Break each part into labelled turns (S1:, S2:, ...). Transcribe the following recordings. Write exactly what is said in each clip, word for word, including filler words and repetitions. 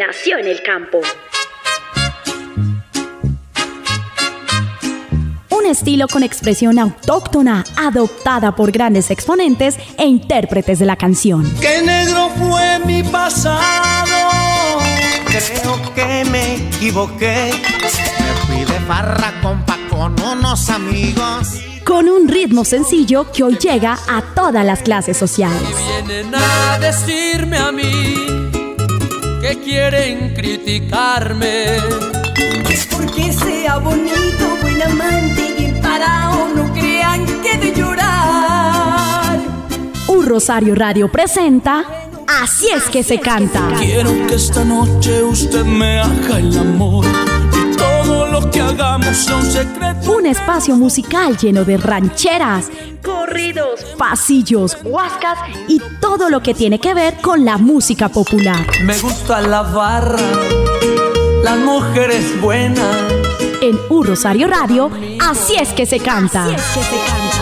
S1: nació en el campo. Un estilo con expresión autóctona, adoptada por grandes exponentes e intérpretes de la canción.
S2: ¡Qué negro fue mi pasado! Creo que me equivoqué. Me fui de farra, compa, con unos amigos.
S1: Con un ritmo sencillo que hoy llega a todas las clases sociales.
S3: Y vienen a decirme a mí que quieren criticarme.
S4: Es porque sea bonito, buen amante y bien parado, no crean que de llorar.
S1: Un Rosario Radio presenta Así es que se canta.
S2: Quiero que esta noche usted me haga el amor y todo lo que hagamos sea un secreto.
S1: Un espacio musical lleno de rancheras, corridos, pasillos, huascas y todo lo que tiene que ver con la música popular.
S2: Me gusta la barra, las mujeres buenas.
S1: En Un Rosario Radio, Así es que se canta. Así es que se canta.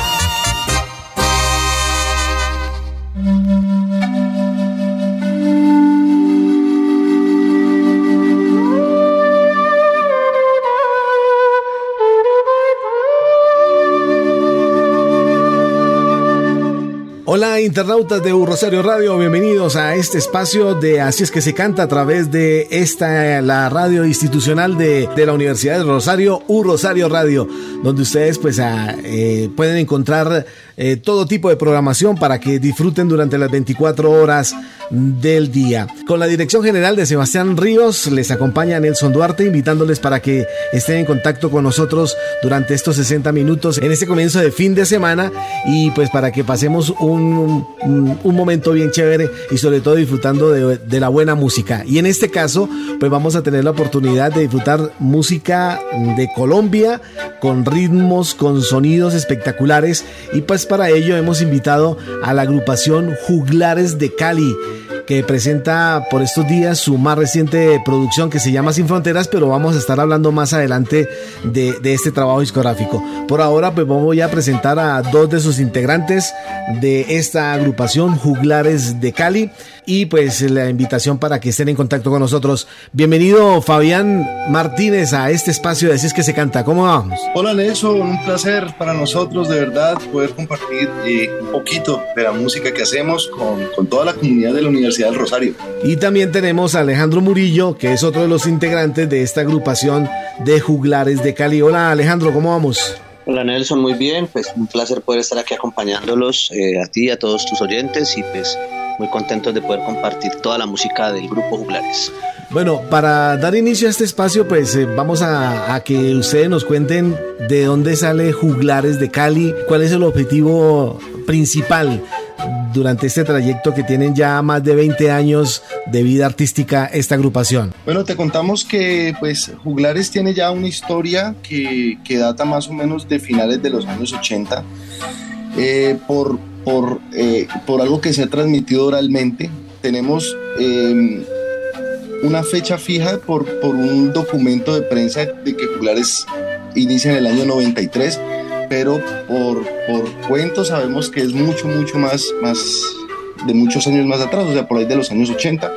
S5: Hola internautas de Un Rosario Radio, bienvenidos a este espacio de Así es que se canta a través de esta, la radio institucional de, de la Universidad de Rosario, Un Rosario Radio, donde ustedes pues a, eh, pueden encontrar eh, todo tipo de programación para que disfruten durante las veinticuatro horas del día. Con la dirección general de Sebastián Ríos, les acompaña Nelson Duarte, invitándoles para que estén en contacto con nosotros durante estos sesenta minutos en este comienzo de fin de semana y pues para que pasemos un Un, un, un momento bien chévere y sobre todo disfrutando de, de la buena música. Y en este caso pues vamos a tener la oportunidad de disfrutar música de Colombia con ritmos, con sonidos espectaculares y pues para ello hemos invitado a la agrupación Juglares de Cali, que presenta por estos días su más reciente producción que se llama Sin Fronteras, pero vamos a estar hablando más adelante de, de este trabajo discográfico. Por ahora pues voy a presentar a dos de sus integrantes de esta agrupación Juglares de Cali y pues la invitación para que estén en contacto con nosotros. Bienvenido Fabián Martínez a este espacio de Así es que se canta. ¿Cómo vamos?
S6: Hola Nelson, un placer para nosotros de verdad poder compartir eh, un poquito de la música que hacemos con, con toda la comunidad de la Universidad del Rosario.
S5: Y también tenemos a Alejandro Murillo, que es otro de los integrantes de esta agrupación de Juglares de Cali. Hola Alejandro, ¿cómo vamos?
S7: Hola Nelson, muy bien, pues un placer poder estar aquí acompañándolos eh, a ti y a todos tus oyentes y pues muy contentos de poder compartir toda la música del grupo Juglares.
S5: Bueno, para dar inicio a este espacio pues eh, vamos a, a que ustedes nos cuenten de dónde sale Juglares de Cali, cuál es el objetivo principal durante este trayecto que tienen ya más de veinte años de vida artística esta agrupación.
S6: Bueno, te contamos que pues Juglares tiene ya una historia que, que data más o menos de finales de los años ochenta eh, por, por, eh, por algo que se ha transmitido oralmente. Tenemos eh, una fecha fija por, por un documento de prensa de que Juglares inicia en el año noventa y tres, pero por, por cuentos sabemos que es mucho, mucho más, más de muchos años más atrás, o sea, por ahí de los años ochenta.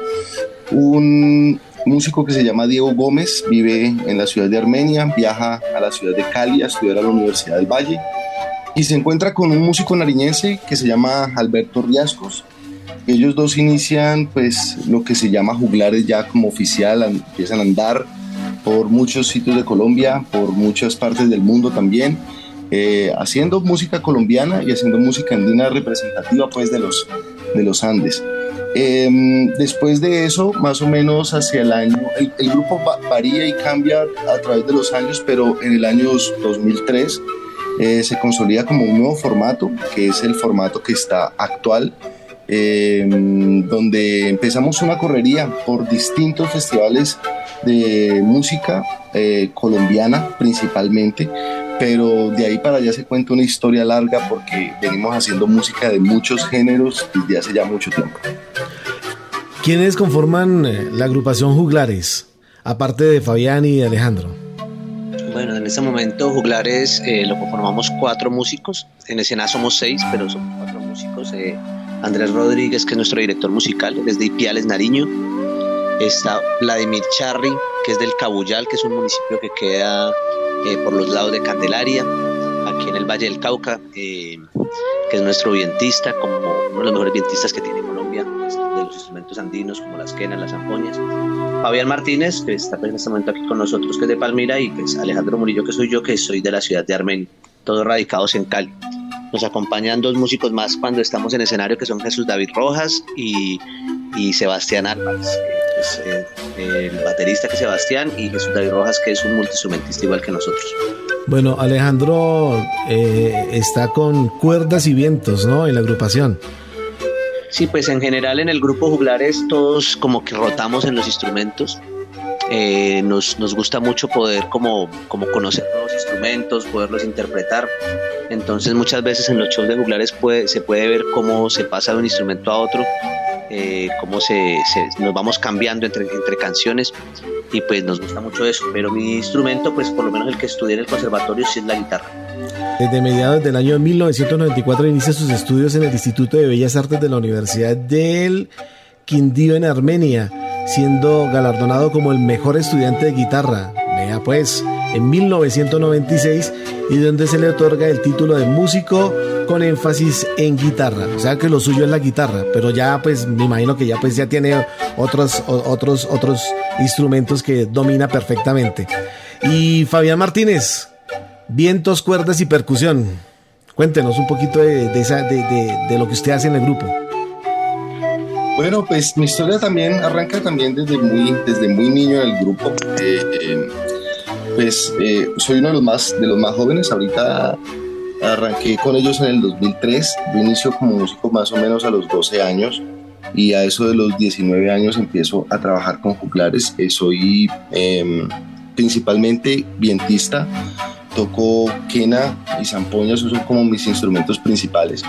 S6: Un músico que se llama Diego Gómez vive en la ciudad de Armenia, viaja a la ciudad de Cali a estudiar a la Universidad del Valle y se encuentra con un músico nariñense que se llama Alberto Riascos. Ellos dos inician pues lo que se llama Juglares ya como oficial, empiezan a andar por muchos sitios de Colombia, por muchas partes del mundo también, eh, haciendo música colombiana y haciendo música andina representativa pues de los, de los Andes. Eh, después de eso, más o menos hacia el año, el, el grupo va, varía y cambia a través de los años, pero en el año dos mil tres eh, se consolida como un nuevo formato, que es el formato que está actual, eh, donde empezamos una correría por distintos festivales de música eh, colombiana principalmente, pero de ahí para allá se cuenta una historia larga porque venimos haciendo música de muchos géneros desde hace ya mucho tiempo.
S5: ¿Quiénes conforman la agrupación Juglares, aparte de Fabián y Alejandro?
S7: Bueno, en este momento Juglares eh, lo conformamos cuatro músicos, en escena somos seis, pero somos cuatro músicos. eh, Andrés Rodríguez, que es nuestro director musical, es de Ipiales, Nariño. está Vladimir Charri, que es del Cabullal, que es un municipio que queda eh, por los lados de Candelaria, aquí en el Valle del Cauca, eh, que es nuestro vientista, como uno de los mejores vientistas que tiene Colombia, de los instrumentos andinos como las quenas, las zampoñas. Fabián Martínez, que está en este momento aquí con nosotros, que es de Palmira, y pues Alejandro Murillo, que soy yo, que soy de la ciudad de Armenia, todos radicados en Cali. Nos acompañan dos músicos más cuando estamos en escenario, que son Jesús David Rojas y, y Sebastián Álvarez, que es eh, el baterista, que es Sebastián, y Jesús David Rojas, que es un multiinstrumentista igual que nosotros.
S5: Bueno, Alejandro eh, está con cuerdas y vientos, ¿no?, en la agrupación.
S7: Sí, pues en general en el grupo Juglares todos como que rotamos en los instrumentos. Eh, nos, nos gusta mucho poder como, como conocer nuevos instrumentos, poderlos interpretar. Entonces muchas veces en los shows de Juglares puede, se puede ver cómo se pasa de un instrumento a otro, eh, cómo se, se, nos vamos cambiando entre, entre canciones, y pues nos gusta mucho eso. Pero mi instrumento, pues por lo menos el que estudié en el conservatorio, sí es la guitarra.
S5: Desde mediados del año mil novecientos noventa y cuatro inicia sus estudios en el Instituto de Bellas Artes de la Universidad del Quindío en Armenia, siendo galardonado como el mejor estudiante de guitarra. Vea pues, en mil novecientos noventa y seis, y donde se le otorga el título de músico con énfasis en guitarra. O sea que lo suyo es la guitarra, pero ya pues me imagino que ya pues ya tiene otros, otros, otros instrumentos que domina perfectamente. Y Fabián Martínez, vientos, cuerdas y percusión. Cuéntenos un poquito de, de, esa, de, de, de lo que usted hace en el grupo.
S6: Bueno, pues mi historia también arranca también desde muy, desde muy niño en el grupo. Eh, eh, pues eh, soy uno de los más, de los más jóvenes. Ahorita arranqué con ellos en el dos mil tres. Yo inicio como músico más o menos a los doce años, y a eso de los diecinueve años empiezo a trabajar con Juglares. Eh, soy eh, principalmente vientista. Toco quena y zampoña, esos son como mis instrumentos principales.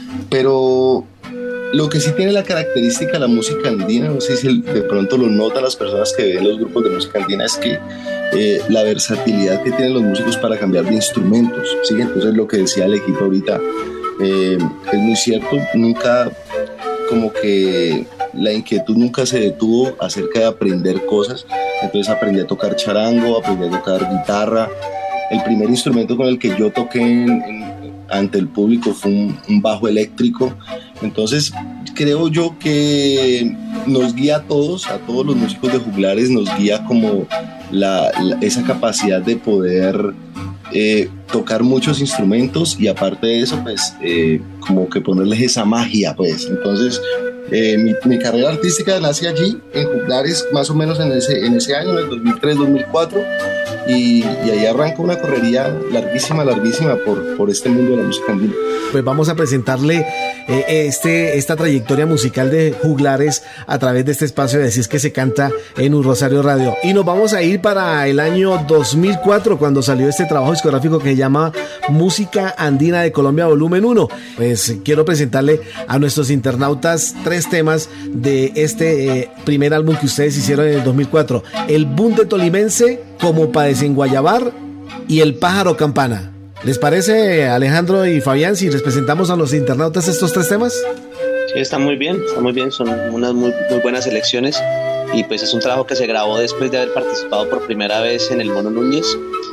S6: Pero lo que sí tiene la característica de la música andina, no sé si de pronto lo notan las personas que ven los grupos de música andina, es que eh, la versatilidad que tienen los músicos para cambiar de instrumentos, ¿sí? Entonces lo que decía el equipo ahorita eh, es muy cierto. Nunca, como que la inquietud nunca se detuvo acerca de aprender cosas. Entonces aprendí a tocar charango, aprendí a tocar guitarra. El primer instrumento con el que yo toqué en, en, ante el público fue un, un bajo eléctrico. Entonces creo yo que nos guía a todos, a todos los músicos de Juglares, nos guía como la, la, esa capacidad de poder eh, tocar muchos instrumentos, y aparte de eso, pues eh, como que ponerles esa magia, pues. Entonces eh, mi, mi carrera artística nace allí, en Juglares, más o menos en ese, en ese año, en el dos mil tres dos mil cuatro. Y, y ahí arranca una correría larguísima, larguísima por, por este mundo de la música andina.
S5: Pues vamos a presentarle eh, este, esta trayectoria musical de Juglares a través de este espacio de Así es que se canta en Un Rosario Radio. Y nos vamos a ir para el año dos mil cuatro, cuando salió este trabajo discográfico que se llama Música Andina de Colombia Volumen uno. Pues quiero presentarle a nuestros internautas tres temas de este eh, primer álbum que ustedes hicieron en el dos mil cuatro. El Bunde Tolimense, Como para desenguayabar, y El Pájaro Campana. ¿Les parece, Alejandro y Fabián, si les presentamos a los internautas estos tres temas?
S7: Sí, está muy bien, está muy bien, son unas muy, muy buenas elecciones, y pues es un trabajo que se grabó después de haber participado por primera vez en el Mono Núñez,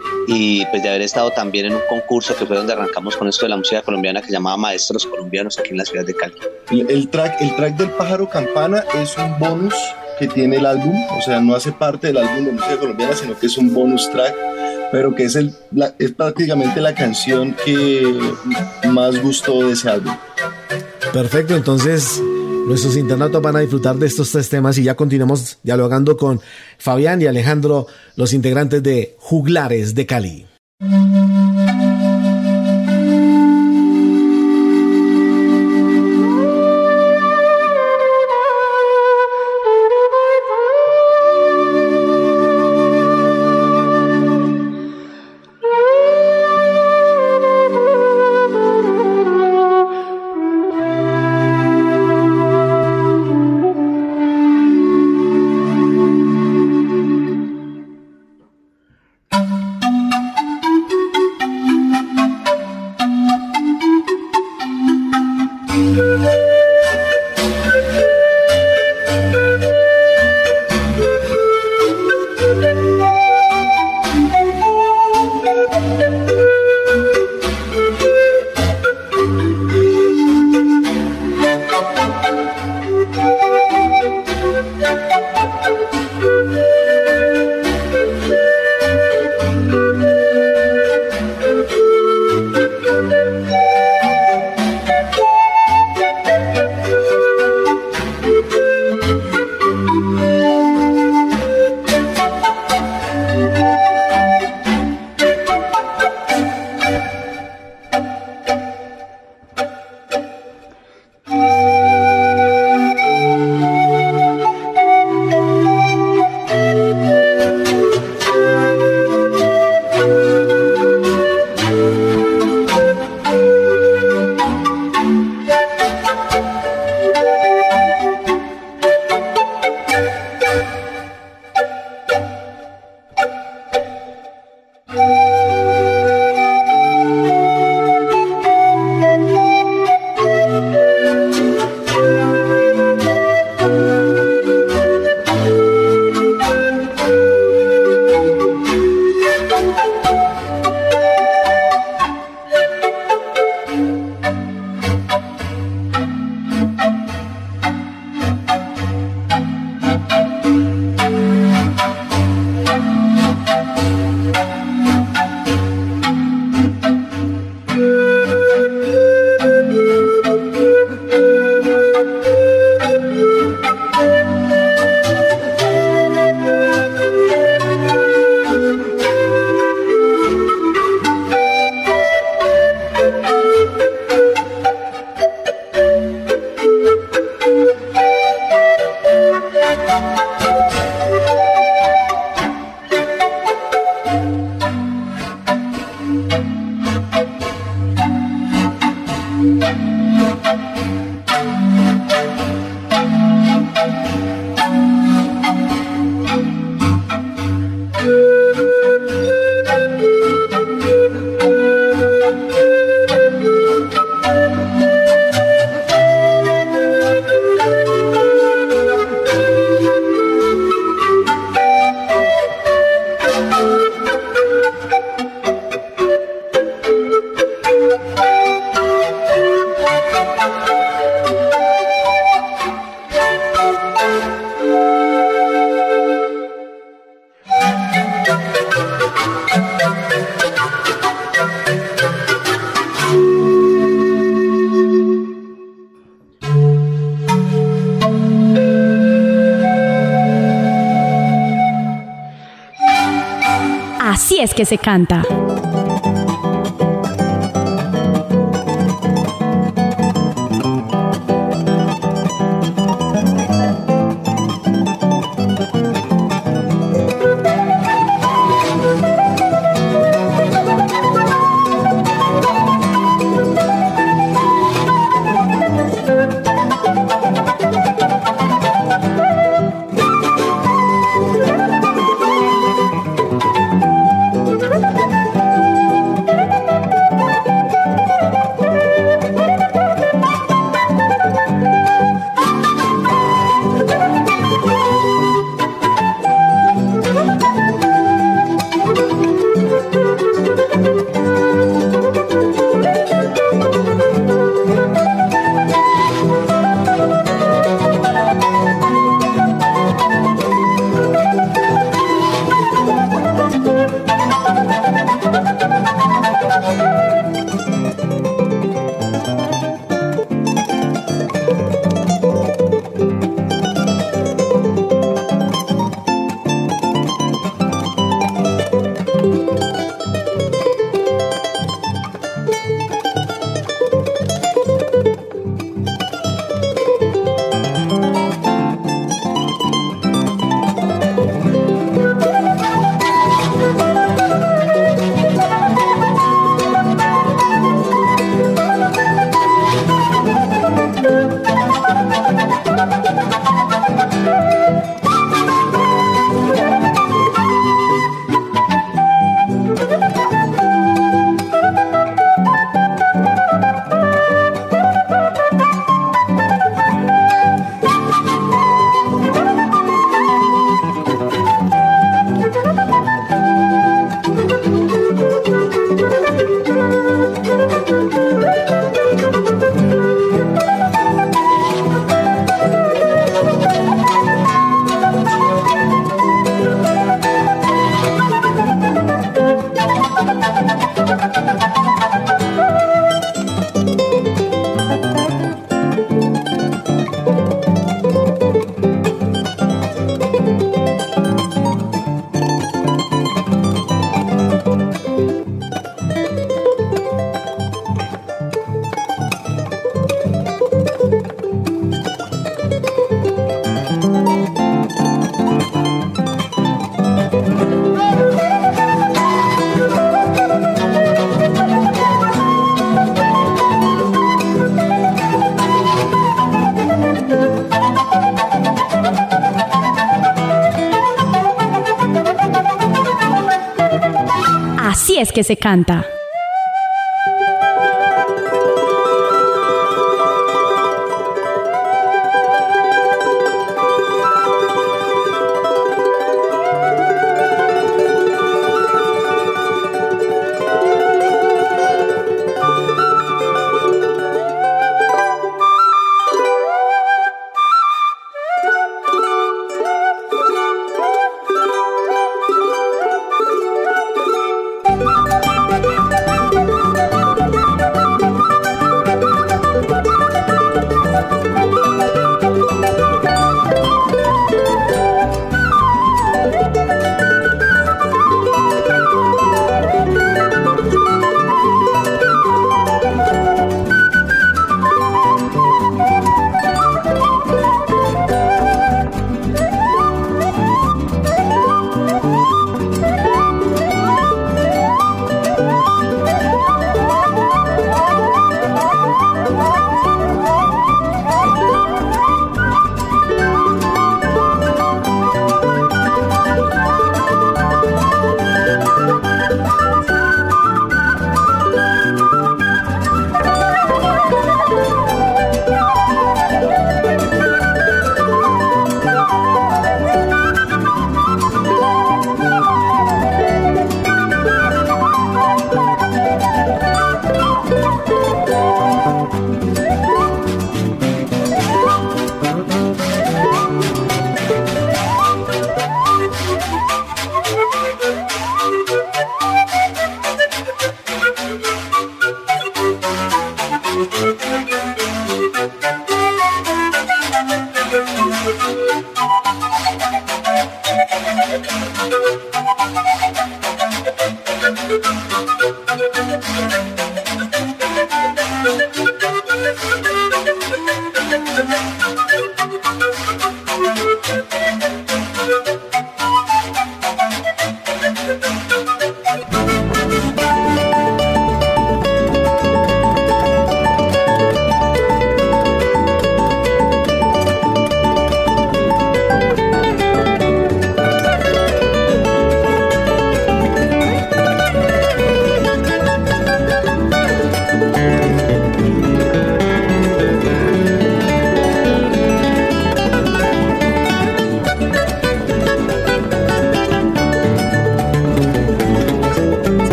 S7: y pues de haber estado también en un concurso que fue donde arrancamos con esto de la música colombiana, que se llamaba Maestros Colombianos, aquí en la ciudad de Cali.
S6: El, el, track, el track del Pájaro Campana es un bonus que tiene el álbum, o sea, no hace parte del álbum de música colombiana, sino que es un bonus track, pero que es, el, la, es prácticamente la canción que más gustó de ese álbum.
S5: Perfecto, entonces nuestros internautas van a disfrutar de estos tres temas, y ya continuamos dialogando con Fabián y Alejandro, los integrantes de Juglares de Cali.
S1: Así es que se canta. Así es que se canta.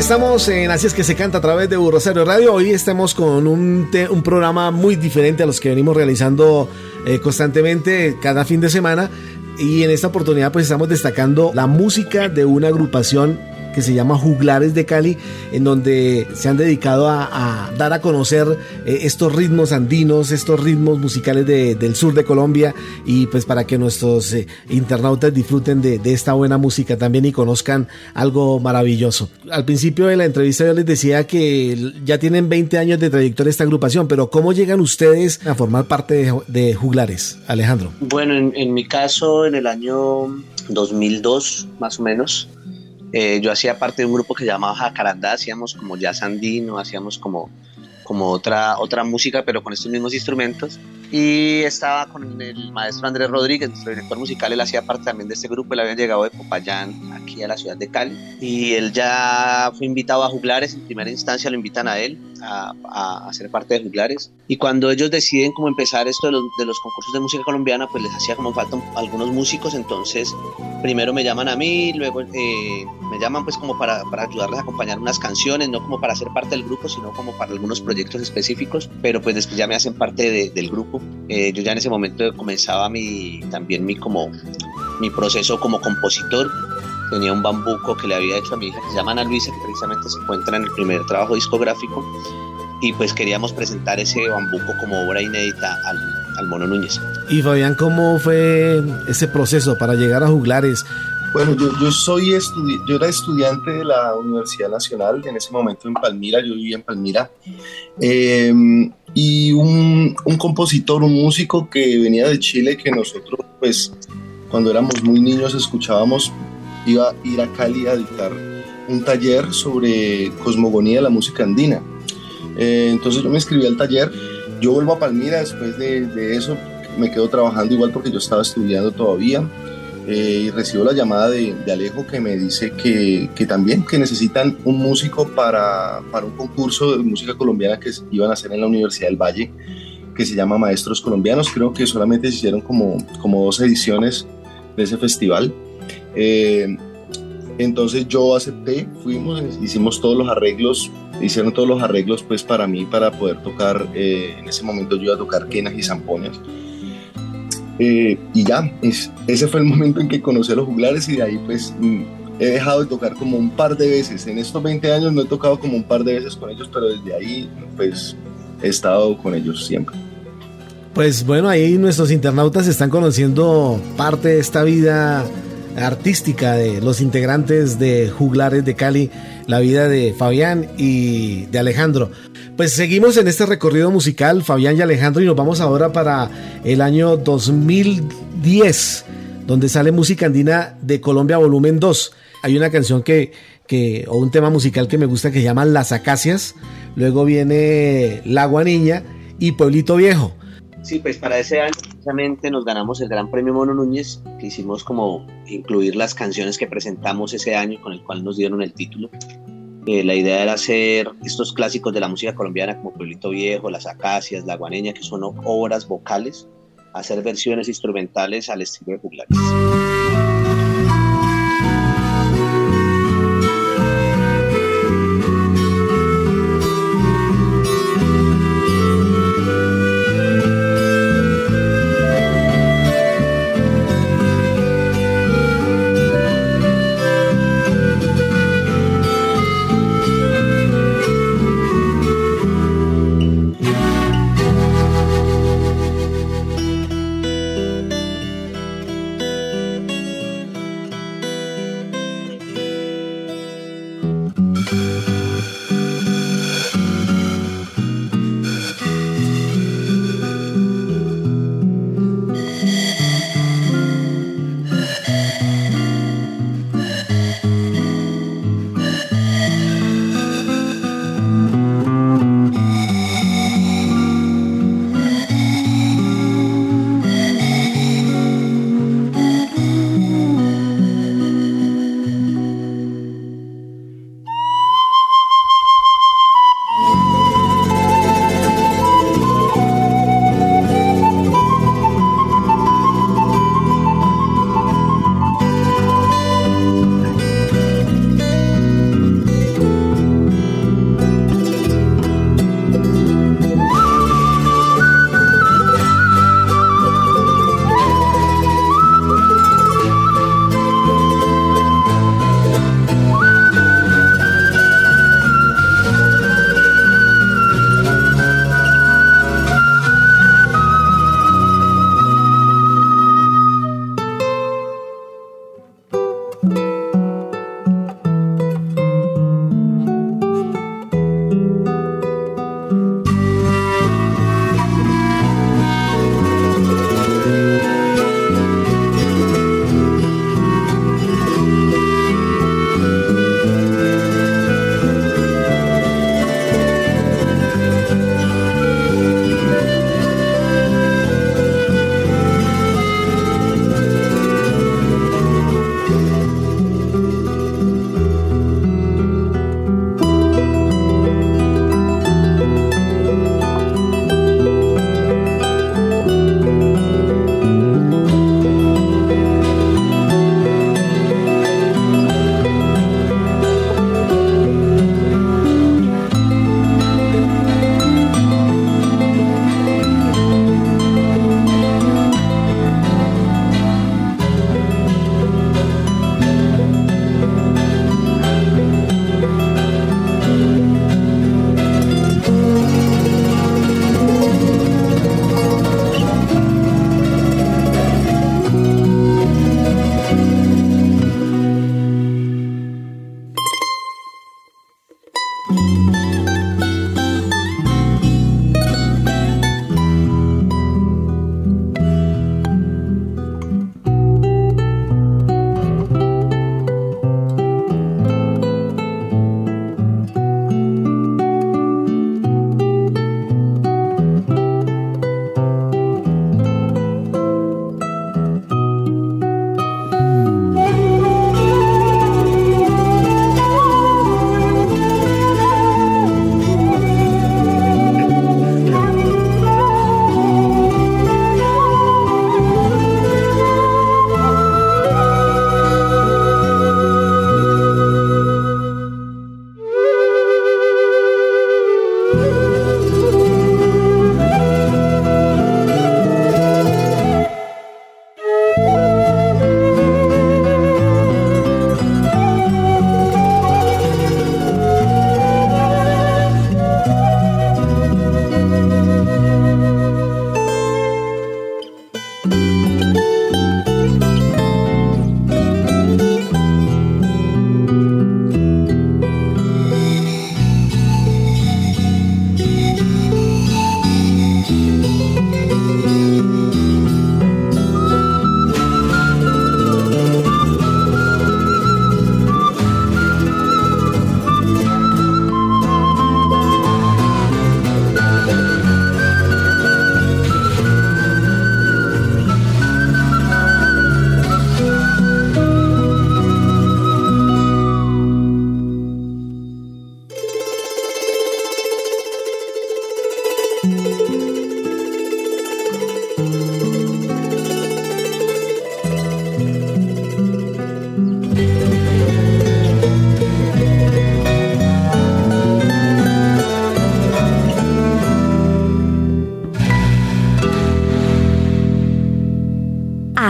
S5: Estamos en Así es que se canta a través de U Rosario Radio. Hoy estamos con un, te, un programa muy diferente a los que venimos realizando eh, constantemente cada fin de semana. Y en esta oportunidad pues estamos destacando la música de una agrupación que se llama Juglares de Cali, en donde se han dedicado a, a dar a conocer eh, estos ritmos andinos, estos ritmos musicales de, del sur de Colombia, y pues para que nuestros eh, internautas disfruten de, de esta buena música también y conozcan algo maravilloso. Al principio de la entrevista yo les decía que ya tienen veinte años de trayectoria esta agrupación, pero ¿cómo llegan ustedes a formar parte de, de Juglares, Alejandro?
S7: Bueno, en, en mi caso, en el año dos mil dos, más o menos, Eh, yo hacía parte de un grupo que se llamaba Jacarandá, hacíamos como jazz andino, hacíamos como, como otra, otra música, pero con estos mismos instrumentos. Y estaba con el maestro Andrés Rodríguez, nuestro director musical. Él hacía parte también de este grupo. Él había llegado de Popayán aquí a la ciudad de Cali, y él ya fue invitado a Juglares. En primera instancia lo invitan a él a, a, a ser parte de Juglares, y cuando ellos deciden como empezar esto de los, de los concursos de música colombiana, pues les hacía como falta algunos músicos. Entonces primero me llaman a mí, luego eh, me llaman pues como para, para ayudarles a acompañar unas canciones, no como para ser parte del grupo, sino como para algunos proyectos específicos, pero pues después ya me hacen parte de, del grupo. Eh, yo ya en ese momento comenzaba mi, también mi, como, mi proceso como compositor. Tenía un bambuco que le había hecho a mi hija, que se llama Ana Luisa, que precisamente se encuentra en el primer trabajo discográfico, y pues queríamos presentar ese bambuco como obra inédita al, al Mono Núñez.
S5: Y Fabián, ¿cómo fue ese proceso para llegar a Juglares?
S6: Bueno, yo, yo, soy estudi- yo era estudiante de la Universidad Nacional, en ese momento en Palmira, yo vivía en Palmira, eh, y un, un compositor, un músico que venía de Chile, que nosotros, pues, cuando éramos muy niños escuchábamos, iba a ir a Cali a dictar un taller sobre cosmogonía de la música andina. Eh, entonces yo me inscribí al taller, yo vuelvo a Palmira después de, de eso, me quedo trabajando igual porque yo estaba estudiando todavía. Eh, y recibo la llamada de, de Alejo, que me dice que, que también que necesitan un músico para, para un concurso de música colombiana que iban a hacer en la Universidad del Valle, que se llama Maestros Colombianos. Creo que solamente se hicieron como, como dos ediciones de ese festival. Eh, entonces yo acepté, fuimos, hicimos todos los arreglos, hicieron todos los arreglos pues para mí, para poder tocar. Eh, en ese momento yo iba a tocar quenas y zampoñas. Eh, y ya, es, ese fue el momento en que conocí a los Juglares, y de ahí pues mm, he dejado de tocar como un par de veces. En estos veinte años no he tocado como un par de veces con ellos, pero desde ahí pues he estado con ellos siempre.
S5: Pues bueno, ahí nuestros internautas están conociendo parte de esta vida artística de los integrantes de Juglares de Cali, la vida de Fabián y de Alejandro. Pues seguimos en este recorrido musical, Fabián y Alejandro, y nos vamos ahora para el año dos mil diez, donde sale Música Andina de Colombia volumen dos. Hay una canción que, que o un tema musical que me gusta, que se llama Las Acacias. Luego viene La Guaniña y Pueblito Viejo.
S7: Sí, pues para ese año precisamente nos ganamos el Gran Premio Mono Núñez, que hicimos como incluir las canciones que presentamos ese año, con el cual nos dieron el título. Eh, la idea era hacer estos clásicos de la música colombiana como Pueblito Viejo, Las Acacias, La Guaneña, que son obras vocales, hacer versiones instrumentales al estilo de Juglares.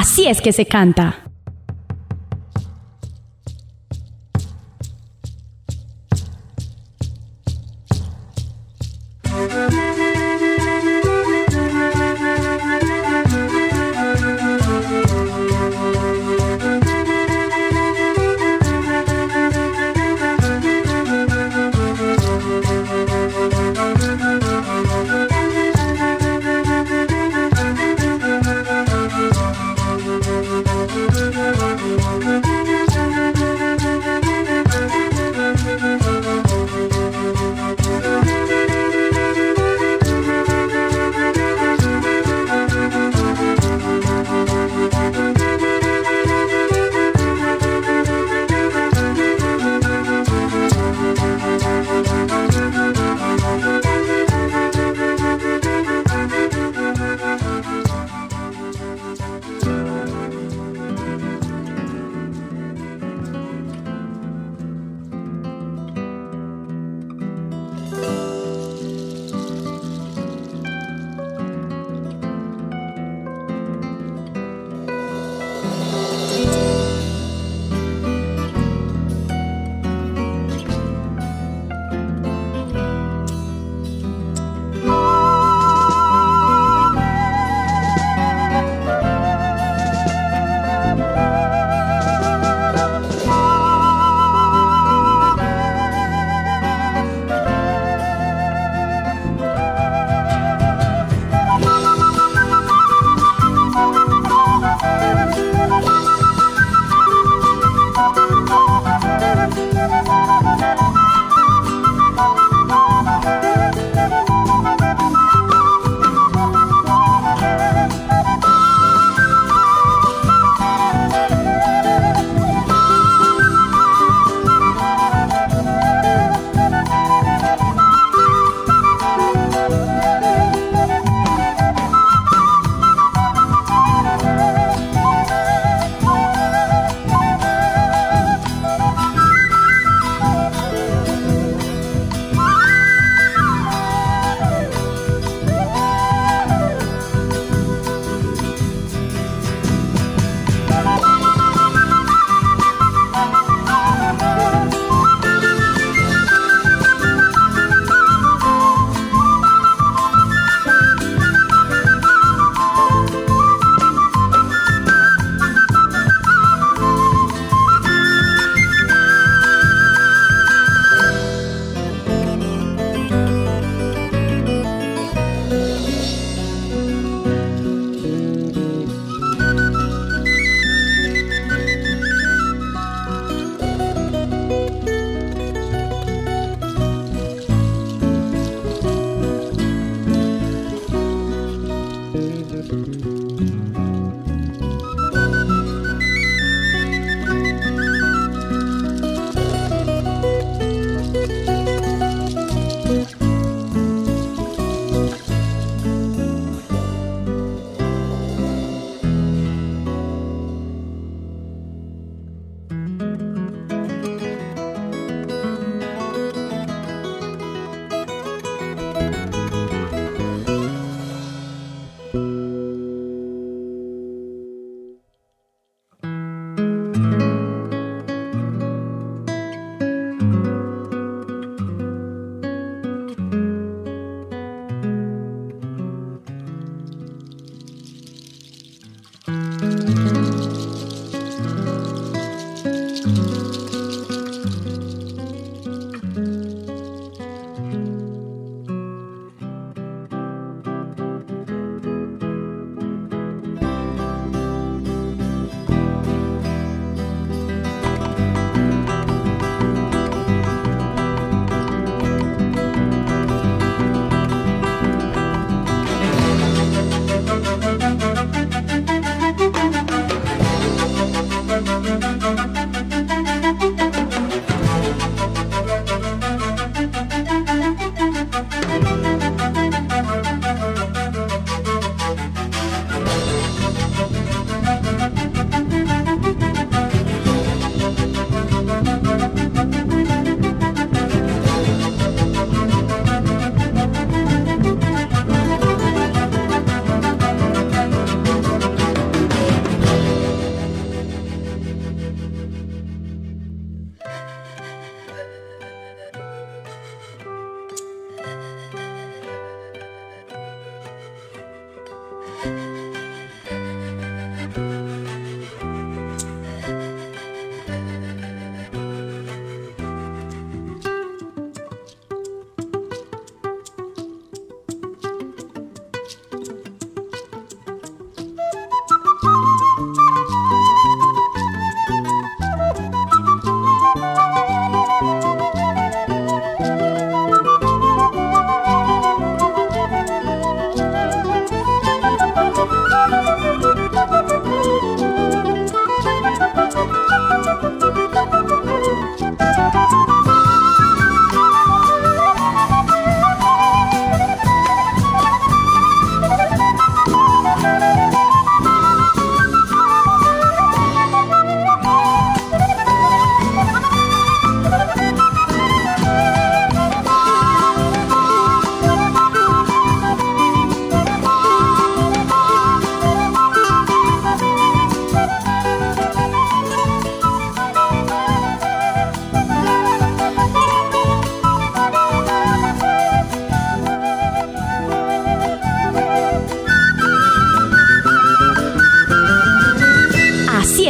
S1: Así es que se canta.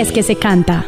S1: es que se canta.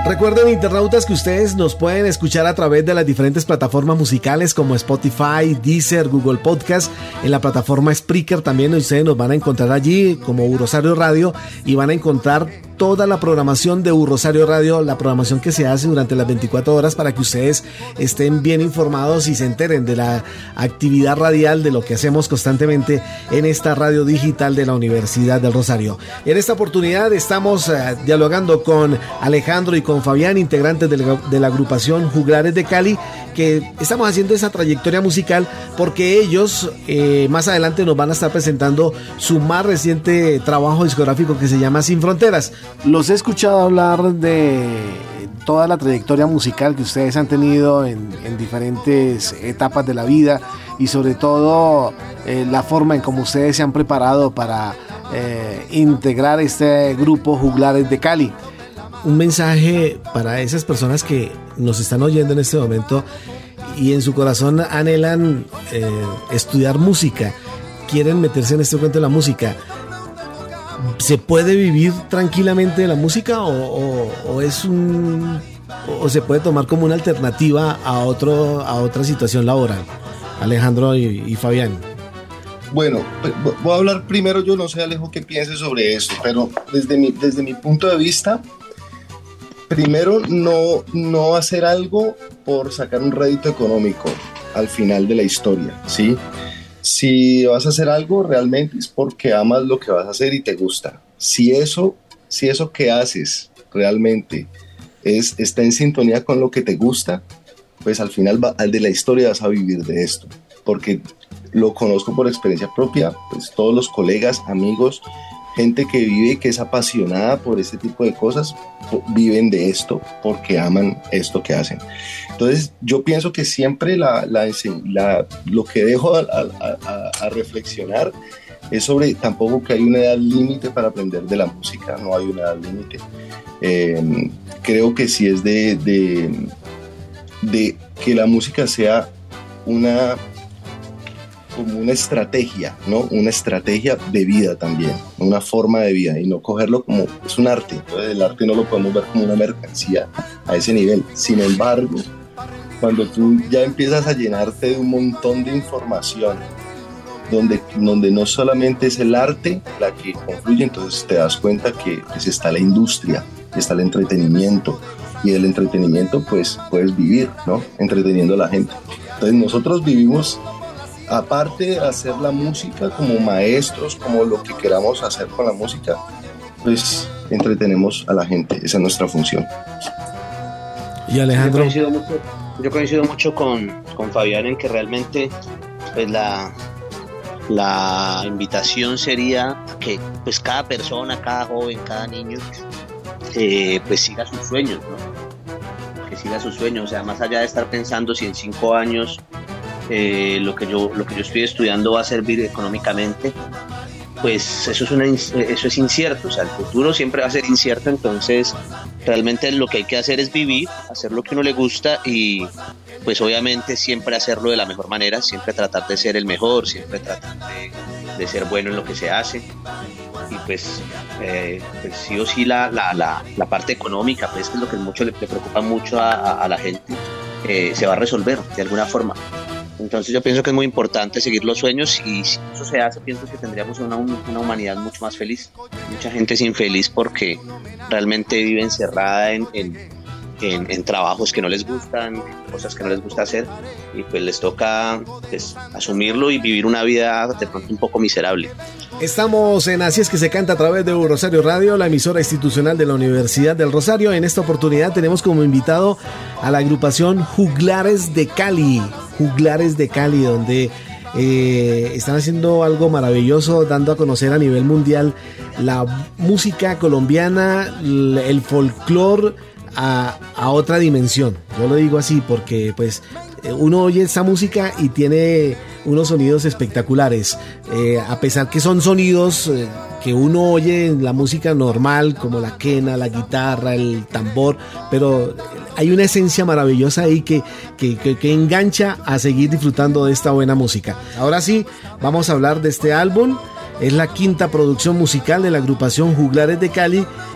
S5: Recuerden, internautas, que ustedes nos pueden escuchar a través de las diferentes plataformas musicales como Spotify, Deezer, Google Podcast, en la plataforma Spreaker también ustedes nos van a encontrar allí como U Rosario Radio y van a encontrar toda la programación de U Rosario Radio, la programación que se hace durante las veinticuatro horas para que ustedes estén bien informados y se enteren de la actividad radial, de lo que hacemos constantemente en esta radio digital de la Universidad del Rosario. En esta oportunidad estamos uh, dialogando con Alejandro y con Fabián, integrantes de la, de la agrupación Juglares de Cali, que estamos haciendo esa trayectoria musical porque ellos eh, más adelante nos van a estar presentando su más reciente trabajo discográfico que se llama Sin Fronteras. Los he escuchado hablar de toda la trayectoria musical que ustedes han tenido en, en diferentes etapas de la vida y sobre todo eh, la forma en cómo ustedes se han preparado para eh, integrar este grupo Juglares de Cali. Un mensaje para esas personas que nos están oyendo en este momento y en su corazón anhelan eh, estudiar música, quieren meterse en este cuento de la música. ¿Se puede vivir tranquilamente de la música o, o, o es un o se puede tomar como una alternativa a otro a otra situación laboral? Alejandro y, y Fabián.
S6: Bueno, voy a hablar primero. Yo no sé, Alejo, qué pienses sobre eso, pero desde mi, desde mi punto de vista, primero, no, no hacer algo por sacar un rédito económico al final de la historia, ¿sí? Si vas a hacer algo, realmente es porque amas lo que vas a hacer y te gusta. Si eso, si eso que haces realmente es, está en sintonía con lo que te gusta, pues al final va, al de la historia vas a vivir de esto. Porque lo conozco por experiencia propia, pues todos los colegas, amigos, gente que vive y que es apasionada por este tipo de cosas, viven de esto porque aman esto que hacen. Entonces yo pienso que siempre la, la, la, lo que dejo a, a, a, a reflexionar es sobre tampoco que hay una edad límite para aprender de la música, no hay una edad límite. Eh, creo que sí es de, de, de que la música sea una... como una estrategia, ¿no? Una estrategia de vida también, una forma de vida y no cogerlo como, es un arte, entonces el arte no lo podemos ver como una mercancía a ese nivel. Sin embargo, cuando tú ya empiezas a llenarte de un montón de información, donde, donde no solamente es el arte la que confluye, entonces te das cuenta que pues, está la industria, está el entretenimiento, y del entretenimiento pues puedes vivir, ¿no? Entreteniendo a la gente. Entonces nosotros vivimos, aparte de hacer la música como maestros, como lo que queramos hacer con la música, pues entretenemos a la gente, esa es nuestra función.
S5: Y Alejandro.
S7: Yo coincido mucho, yo coincido mucho con, con Fabián en que realmente pues la, la invitación sería que pues cada persona, cada joven, cada niño eh, pues siga sus sueños, ¿no? Que siga sus sueños, o sea, más allá de estar pensando si en cinco años Eh, lo que yo lo que yo estoy estudiando va a servir económicamente, pues eso es una eso es incierto, o sea, el futuro siempre va a ser incierto. Entonces realmente lo que hay que hacer es vivir, hacer lo que uno le gusta y pues obviamente siempre hacerlo de la mejor manera, siempre tratar de ser el mejor, siempre tratar de, de ser bueno en lo que se hace y pues, eh, pues sí o sí la, la, la, la parte económica, pues que es lo que mucho le, le preocupa mucho a, a, a la gente, eh, se va a resolver de alguna forma. Entonces yo pienso que es muy importante seguir los sueños y si eso se hace, pienso que tendríamos una, una humanidad mucho más feliz. Mucha gente es infeliz porque realmente vive encerrada en, en, en, en trabajos que no les gustan, cosas que no les gusta hacer y pues les toca pues, asumirlo y vivir una vida de pronto un poco miserable.
S5: Estamos en Así es que se canta a través de U Rosario Radio, la emisora institucional de la Universidad del Rosario. En esta oportunidad tenemos como invitado a la agrupación Juglares de Cali. Juglares de Cali, donde eh, están haciendo algo maravilloso, dando a conocer a nivel mundial la música colombiana, el folclore a, a otra dimensión. Yo lo digo así porque pues uno oye esa música y tiene unos sonidos espectaculares, eh, a pesar que son sonidos eh, que uno oye en la música normal, como la quena, la guitarra, el tambor, pero hay una esencia maravillosa ahí que, que, que, que engancha a seguir disfrutando de esta buena música. Ahora sí, vamos a hablar de este álbum. Es la quinta producción musical de la agrupación Juglares de Cali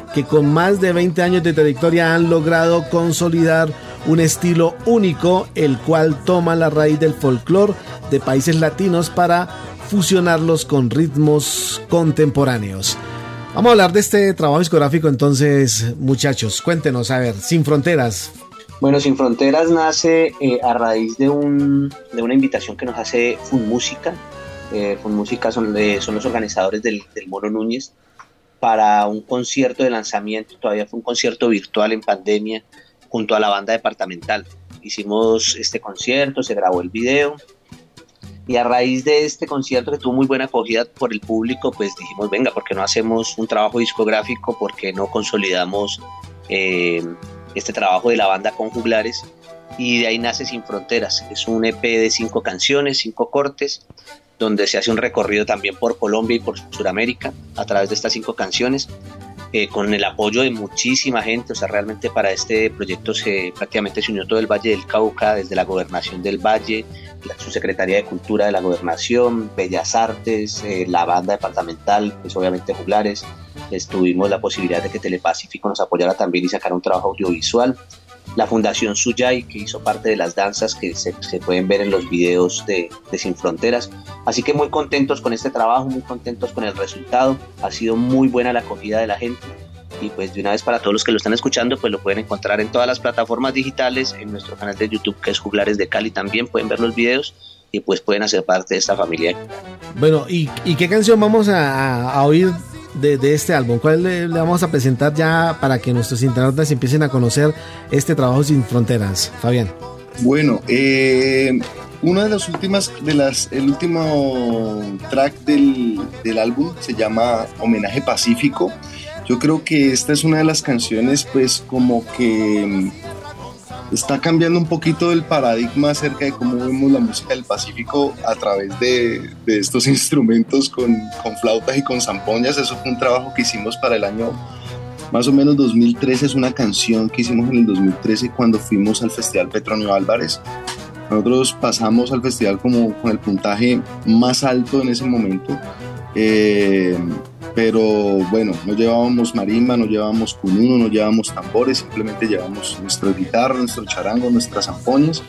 S5: que con más de veinte años de trayectoria han logrado consolidar un estilo único, el cual toma la raíz del folclore de países latinos para fusionarlos con ritmos contemporáneos. Vamos a hablar de este trabajo discográfico entonces, muchachos. Cuéntenos, a ver, Sin Fronteras.
S7: Bueno, Sin Fronteras nace eh, a raíz de, un, de una invitación que nos hace Funmúsica. Eh, Funmúsica son, eh, son los organizadores del, del Mono Núñez para un concierto de lanzamiento. Todavía fue un concierto virtual en pandemia junto a la banda departamental. Hicimos este concierto, se grabó el video y a raíz de este concierto, que tuvo muy buena acogida por el público, pues dijimos, venga, ¿por qué no hacemos un trabajo discográfico? ¿Por qué no consolidamos eh, este trabajo de la banda con Juglares? Y de ahí nace Sin Fronteras. Es un E P de cinco canciones, cinco cortes, donde se hace un recorrido también por Colombia y por Sudamérica a través de estas cinco canciones, eh, con el apoyo de muchísima gente. O sea, realmente para este proyecto se, prácticamente se unió todo el Valle del Cauca, desde la Gobernación del Valle, la Subsecretaría de Cultura de la Gobernación, Bellas Artes, eh, la banda departamental, pues obviamente Juglares. Les tuvimos la posibilidad de que Telepacífico nos apoyara también y sacara un trabajo audiovisual. La Fundación Suyay, que hizo parte de las danzas que se, se pueden ver en los videos de, de Sin Fronteras. Así que muy contentos con este trabajo, muy contentos con el resultado. Ha sido muy buena la acogida de la gente. Y pues de una vez, para todos los que lo están escuchando, pues lo pueden encontrar en todas las plataformas digitales, en nuestro canal de YouTube, que es Juglares de Cali, también pueden ver los videos y pues pueden hacer parte de esta familia.
S5: Bueno, ¿y, y qué canción vamos a, a oír de, de este álbum? ¿Cuál le, le vamos a presentar ya para que nuestros internautas empiecen a conocer este trabajo Sin Fronteras? Fabián.
S6: Bueno, eh, una de las últimas, de las, el último track del, del álbum se llama Homenaje Pacífico. Yo creo que esta es una de las canciones, pues, como que está cambiando un poquito el paradigma acerca de cómo vemos la música del Pacífico a través de, de estos instrumentos con, con flautas y con zampoñas. Eso fue un trabajo que hicimos para el año más o menos dos mil trece. Es una canción que hicimos en el dos mil trece cuando fuimos al Festival Petronio Álvarez. Nosotros pasamos al festival como con el puntaje más alto en ese momento. Eh, pero bueno, no llevábamos marimba, no llevábamos cununo, no llevábamos tambores, simplemente llevábamos nuestra guitarra, nuestro charango, nuestras zampoñas.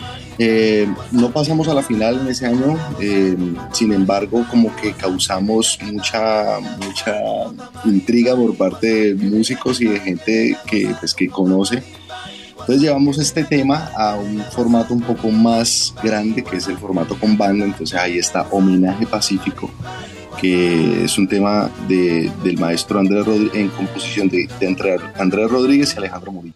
S6: Eh, no pasamos a la final en ese año, eh, sin embargo como que causamos mucha, mucha intriga por parte de músicos y de gente que, pues, que conoce. Entonces llevamos este tema a un formato un poco más grande, que es el formato con banda. Entonces ahí está Homenaje Pacífico, que es un tema de, del maestro Andrés Rodríguez, en composición de, de Andrés, Andrés Rodríguez y Alejandro Murillo.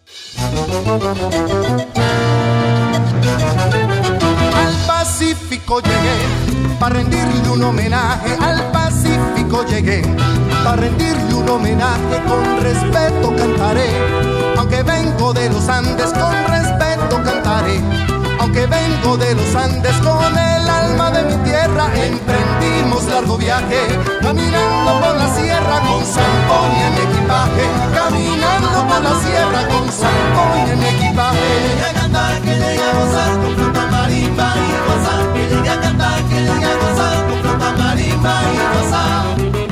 S8: Al Pacífico llegué para rendirle un homenaje, al Pacífico llegué para rendirle un homenaje, con respeto cantaré, aunque vengo de los Andes, con respeto cantaré. Aunque vengo de los Andes, con el alma de mi tierra emprendimos largo viaje, caminando por la sierra con zampoña en equipaje, caminando por la sierra con zampoña en equipaje. Que llegue a cantar, que llegue a gozar con flauta, marimba y guasá. Que llegue a cantar, que llegue a gozar con flauta, marimba y guasá.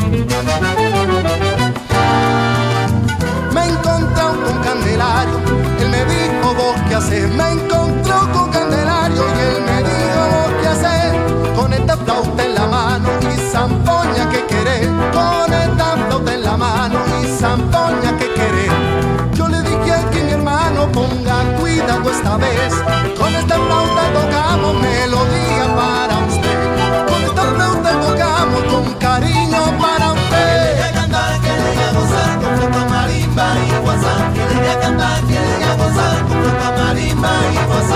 S8: Me encontré con Candelario, él me dijo vos qué haces. Me encontró con Candelario y él me dijo vos qué hacer. Con esta flauta en la mano y zampoña que querés, con esta flauta en la mano y zampoña que querés. Yo le dije aquí mi hermano, ponga cuidado esta vez, con esta flauta tocamos melodía para usted, con esta flauta tocamos con cariño para usted. Que llegue a cantar, que llegue a gozar con flauta, marimba y guasá. Que llegue a cantar, que llegue a gozar con flauta, marimba y guasá.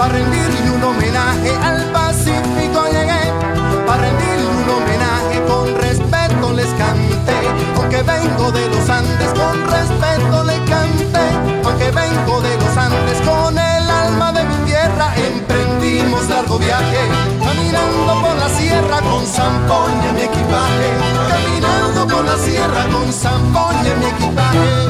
S8: para rendirle un homenaje al Pacífico llegué, para rendirle un homenaje, con respeto les canté, aunque vengo de los Andes, con respeto le canté, aunque vengo de los Andes, con el alma de mi tierra emprendimos largo viaje, caminando por la sierra con zampoña en mi equipaje, caminando por la sierra con zampoña en mi equipaje.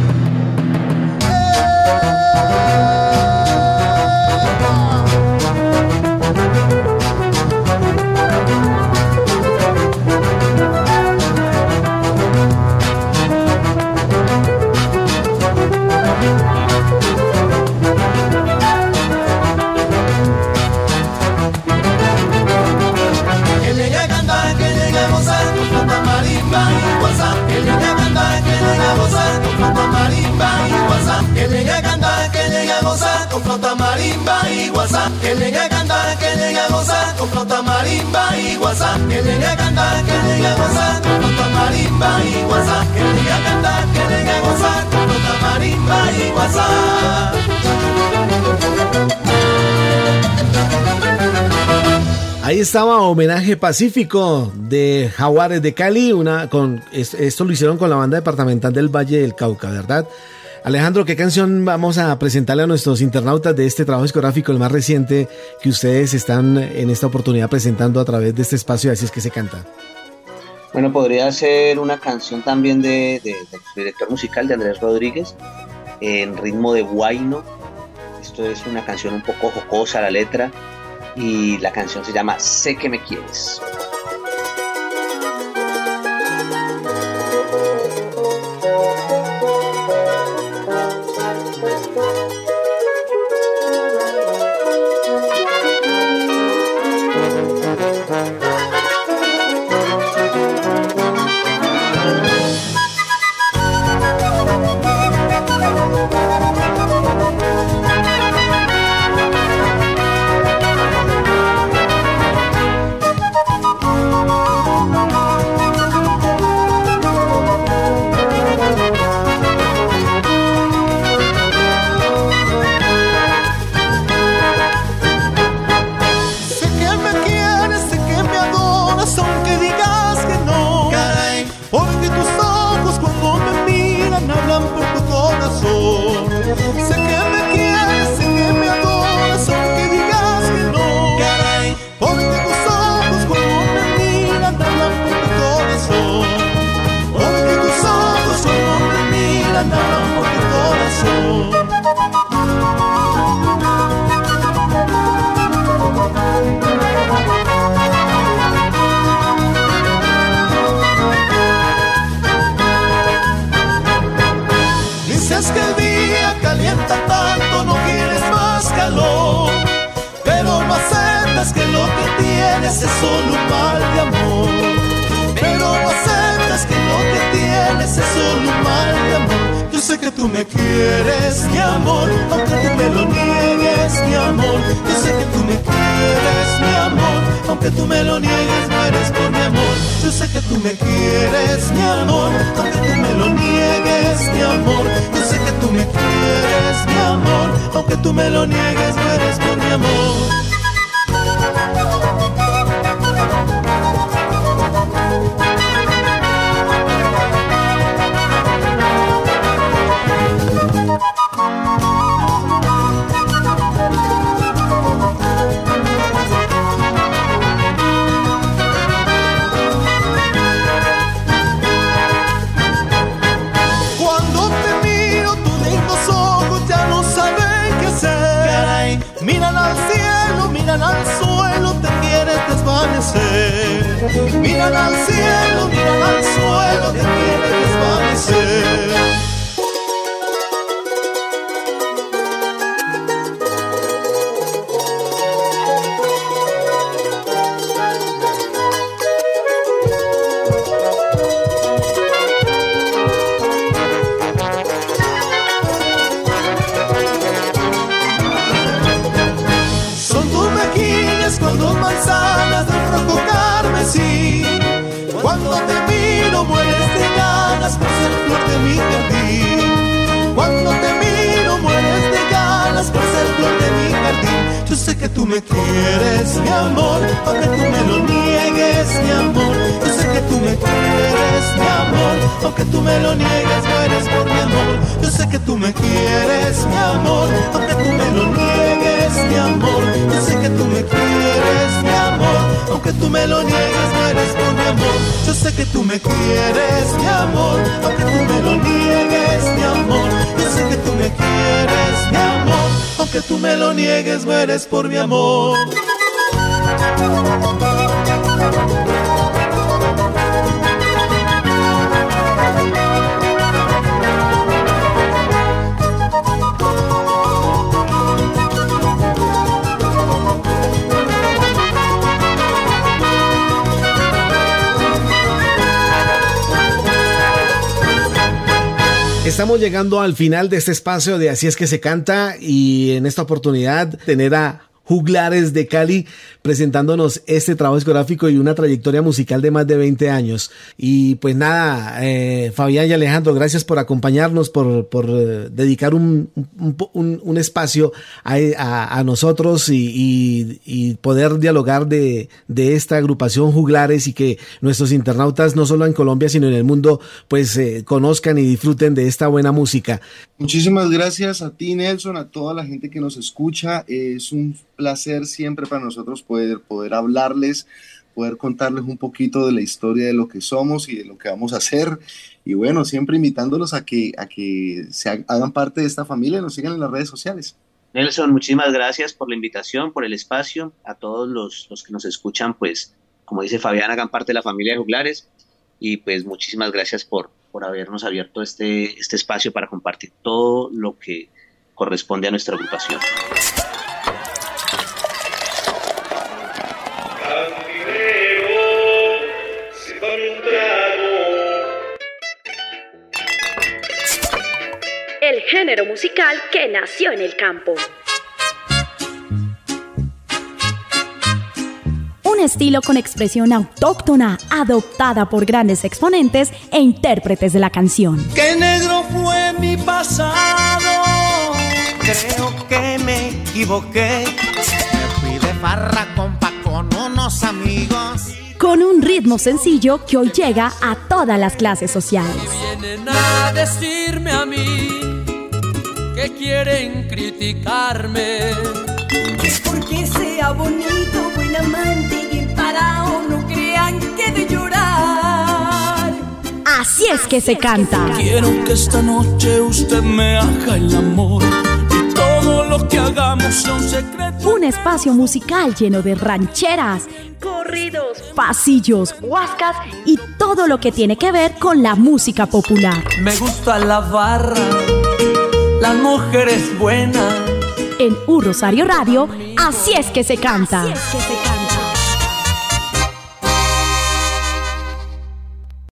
S2: Que llegue a cantar, que llegue a gozar con flauta, marimba y guasa. Que llegue a cantar, que llegue a gozar con flauta, marimba y guasa. Que llegue a cantar, que llegue a gozar con flauta, marimba y guasa. Que llegue a cantar, que llegue a gozar con flauta, marimba y guasa.
S5: Ahí estaba Homenaje Pacífico de Jaguares de Cali, una con esto lo hicieron con la banda departamental del Valle del Cauca, ¿verdad? Alejandro, ¿qué canción vamos a presentarle a nuestros internautas de este trabajo discográfico, el más reciente, que ustedes están en esta oportunidad presentando a través de este espacio de Así es que se canta?
S7: Bueno, podría ser una canción también de, de, del director musical de Andrés Rodríguez, en ritmo de huayno. Esto es una canción un poco jocosa, la letra, y la canción se llama Sé que me quieres.
S2: Dices que el día calienta tanto, no quieres más calor, pero no aceptas que lo que tienes es solo un mal de amor. Pero no aceptas que lo que tienes es solo un mal de amor. Yo sé que tú me quieres, mi amor, aunque tú me lo niegues, mi amor. Yo sé que tú me quieres, mi amor, aunque tú me lo niegues, mueres por mi amor. Yo sé que tú me quieres, mi amor, aunque tú me lo niegues, mi amor. Yo sé que tú me quieres, mi amor, aunque tú me lo niegues, mueres por mi amor. Cuando te miro, tus lindos ojos ya no saben qué hacer. Caray. Miran al cielo, miran al suelo, te quieres desvanecer. Miran al cielo, miran al suelo, te quieres desvanecer. Con dos manzanas de un rojo carmesí. Cuando te miro mueres de ganas por ser flor de mi jardín. Cuando te miro mueres de ganas por ser flor de mi jardín. Yo Yo sé que tú me quieres, mi amor, aunque tú me lo niegues, mi amor. Yo sé que tú me quieres, mi amor, aunque tú me lo niegues, mueres por mi amor. Yo sé que tú me quieres, mi amor, aunque tú me lo niegues, mi amor. Yo sé que tú me quieres, mi amor, aunque tú me lo niegues, mueres por mi amor. Yo sé que tú me quieres, mi amor, aunque tú me lo niegues, mi amor. Yo sé que tú me quieres, mi amor, aunque tú me lo niegues, mueres por mi amor.
S5: Estamos llegando al final de este espacio de Así es que se canta, y en esta oportunidad tener a Juglares de Cali presentándonos este trabajo discográfico y una trayectoria musical de más de veinte años. Y pues nada, eh, Fabián y Alejandro, gracias por acompañarnos, por, por eh, dedicar un, un, un, un espacio a, a, a nosotros y, y, y poder dialogar de, de esta agrupación Juglares, y que nuestros internautas, no solo en Colombia sino en el mundo, pues eh, conozcan y disfruten de esta buena música.
S6: Muchísimas gracias a ti, Nelson, a toda la gente que nos escucha. Es un placer siempre para nosotros poder, poder hablarles, poder contarles un poquito de la historia de lo que somos y de lo que vamos a hacer. Y bueno, siempre invitándolos a que, a que se hagan parte de esta familia y nos sigan en las redes sociales.
S7: Nelson, muchísimas gracias por la invitación, por el espacio. A todos los, los que nos escuchan, pues, como dice Fabián, hagan parte de la familia de Juglares. Y pues muchísimas gracias por, por habernos abierto este, este espacio para compartir todo lo que corresponde a nuestra agrupación.
S1: El género musical que nació en el campo. Un estilo con expresión autóctona, adoptada por grandes exponentes e intérpretes de la canción.
S2: Qué negro fue mi pasado, creo que me equivoqué.
S8: Me fui de farra, compa, con unos amigos.
S1: Con un ritmo sencillo que hoy llega a todas las clases sociales.
S3: Y vienen a decirme a mí que quieren criticarme.
S4: Porque sea bonito, buen amante y emparado, no crean que de llorar.
S1: Así es que se canta.
S2: Quiero que esta noche usted me haga el amor y todo lo que hagamos sea un secreto.
S1: Un espacio musical lleno de rancheras, corridos, pasillos, huascas y todo lo que tiene que ver con la música popular.
S3: Me gusta la barra, las mujeres buenas.
S1: En U Rosario Radio, así es que se canta. Así es que se canta.